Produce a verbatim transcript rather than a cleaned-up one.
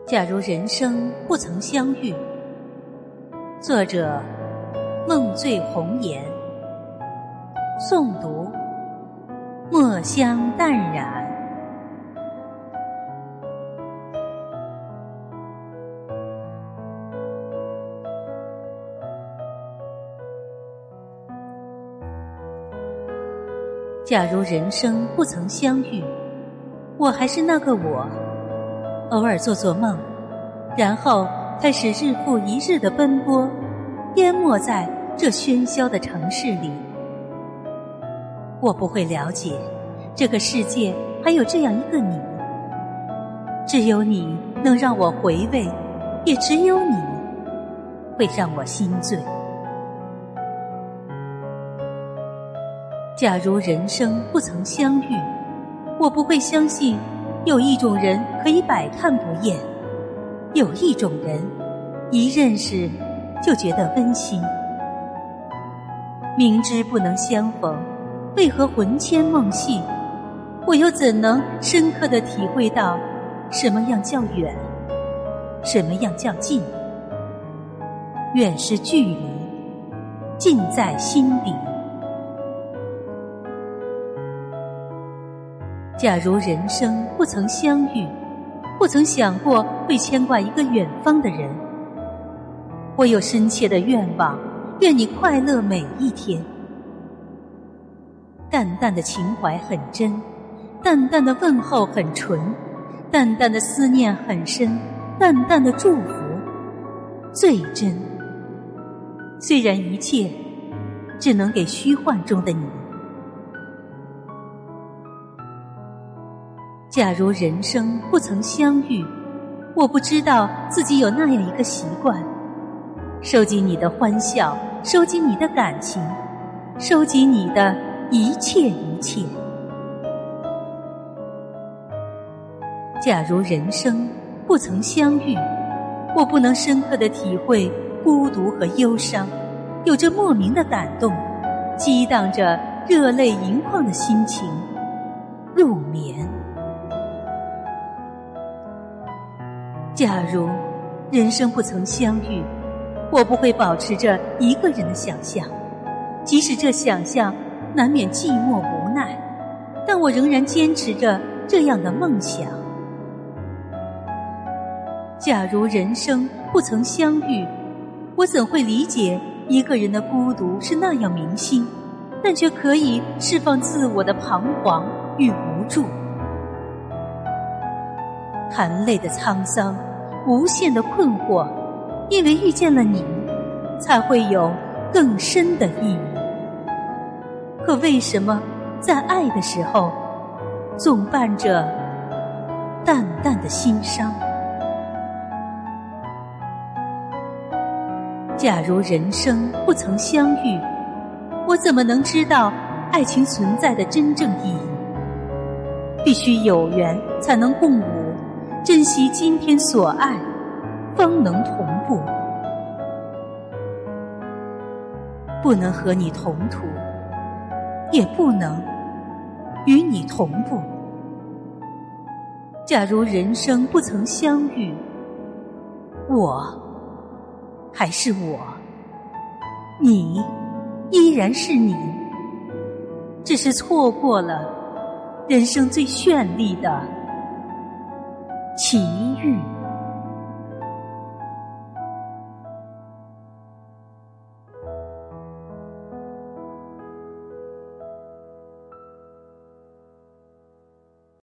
假如人生不曾相遇。作者梦醉红颜，诵读墨香淡然。假如人生不曾相遇，我还是那个我，偶尔做做梦，然后开始日复一日的奔波，淹没在这喧嚣的城市里。我不会了解，这个世界还有这样一个你，只有你能让我回味，也只有你会让我心醉。假如人生不曾相遇，我不会相信有一种人可以百看不厌，有一种人一认识就觉得温馨。明知不能相逢，为何魂牵梦系？我又怎能深刻地体会到什么样叫远，什么样叫近？远是距离，近在心底。假如人生不曾相遇，不曾想过会牵挂一个远方的人，我有深切的愿望，愿你快乐每一天。淡淡的情怀很真，淡淡的问候很纯，淡淡的思念很深，淡淡的祝福最真。虽然一切只能给虚幻中的你。假如人生不曾相遇，我不知道自己有那样一个习惯，收集你的欢笑，收集你的感情，收集你的一切一切。假如人生不曾相遇，我不能深刻地体会孤独和忧伤，有着莫名的感动，激荡着热泪盈眶的心情入眠。假如人生不曾相遇，我不会保持着一个人的想象，即使这想象难免寂寞无奈，但我仍然坚持着这样的梦想。假如人生不曾相遇，我怎会理解一个人的孤独是那样铭心，但却可以释放自我的彷徨与无助。含泪的沧桑，无限的困惑，因为遇见了你，才会有更深的意义。可为什么在爱的时候，总伴着淡淡的心伤？假如人生不曾相遇，我怎么能知道爱情存在的真正意义？必须有缘才能共舞，珍惜今天所爱，方能同步。不能和你同途，也不能与你同步。假如人生不曾相遇，我还是我，你依然是你，只是错过了人生最绚丽的奇遇。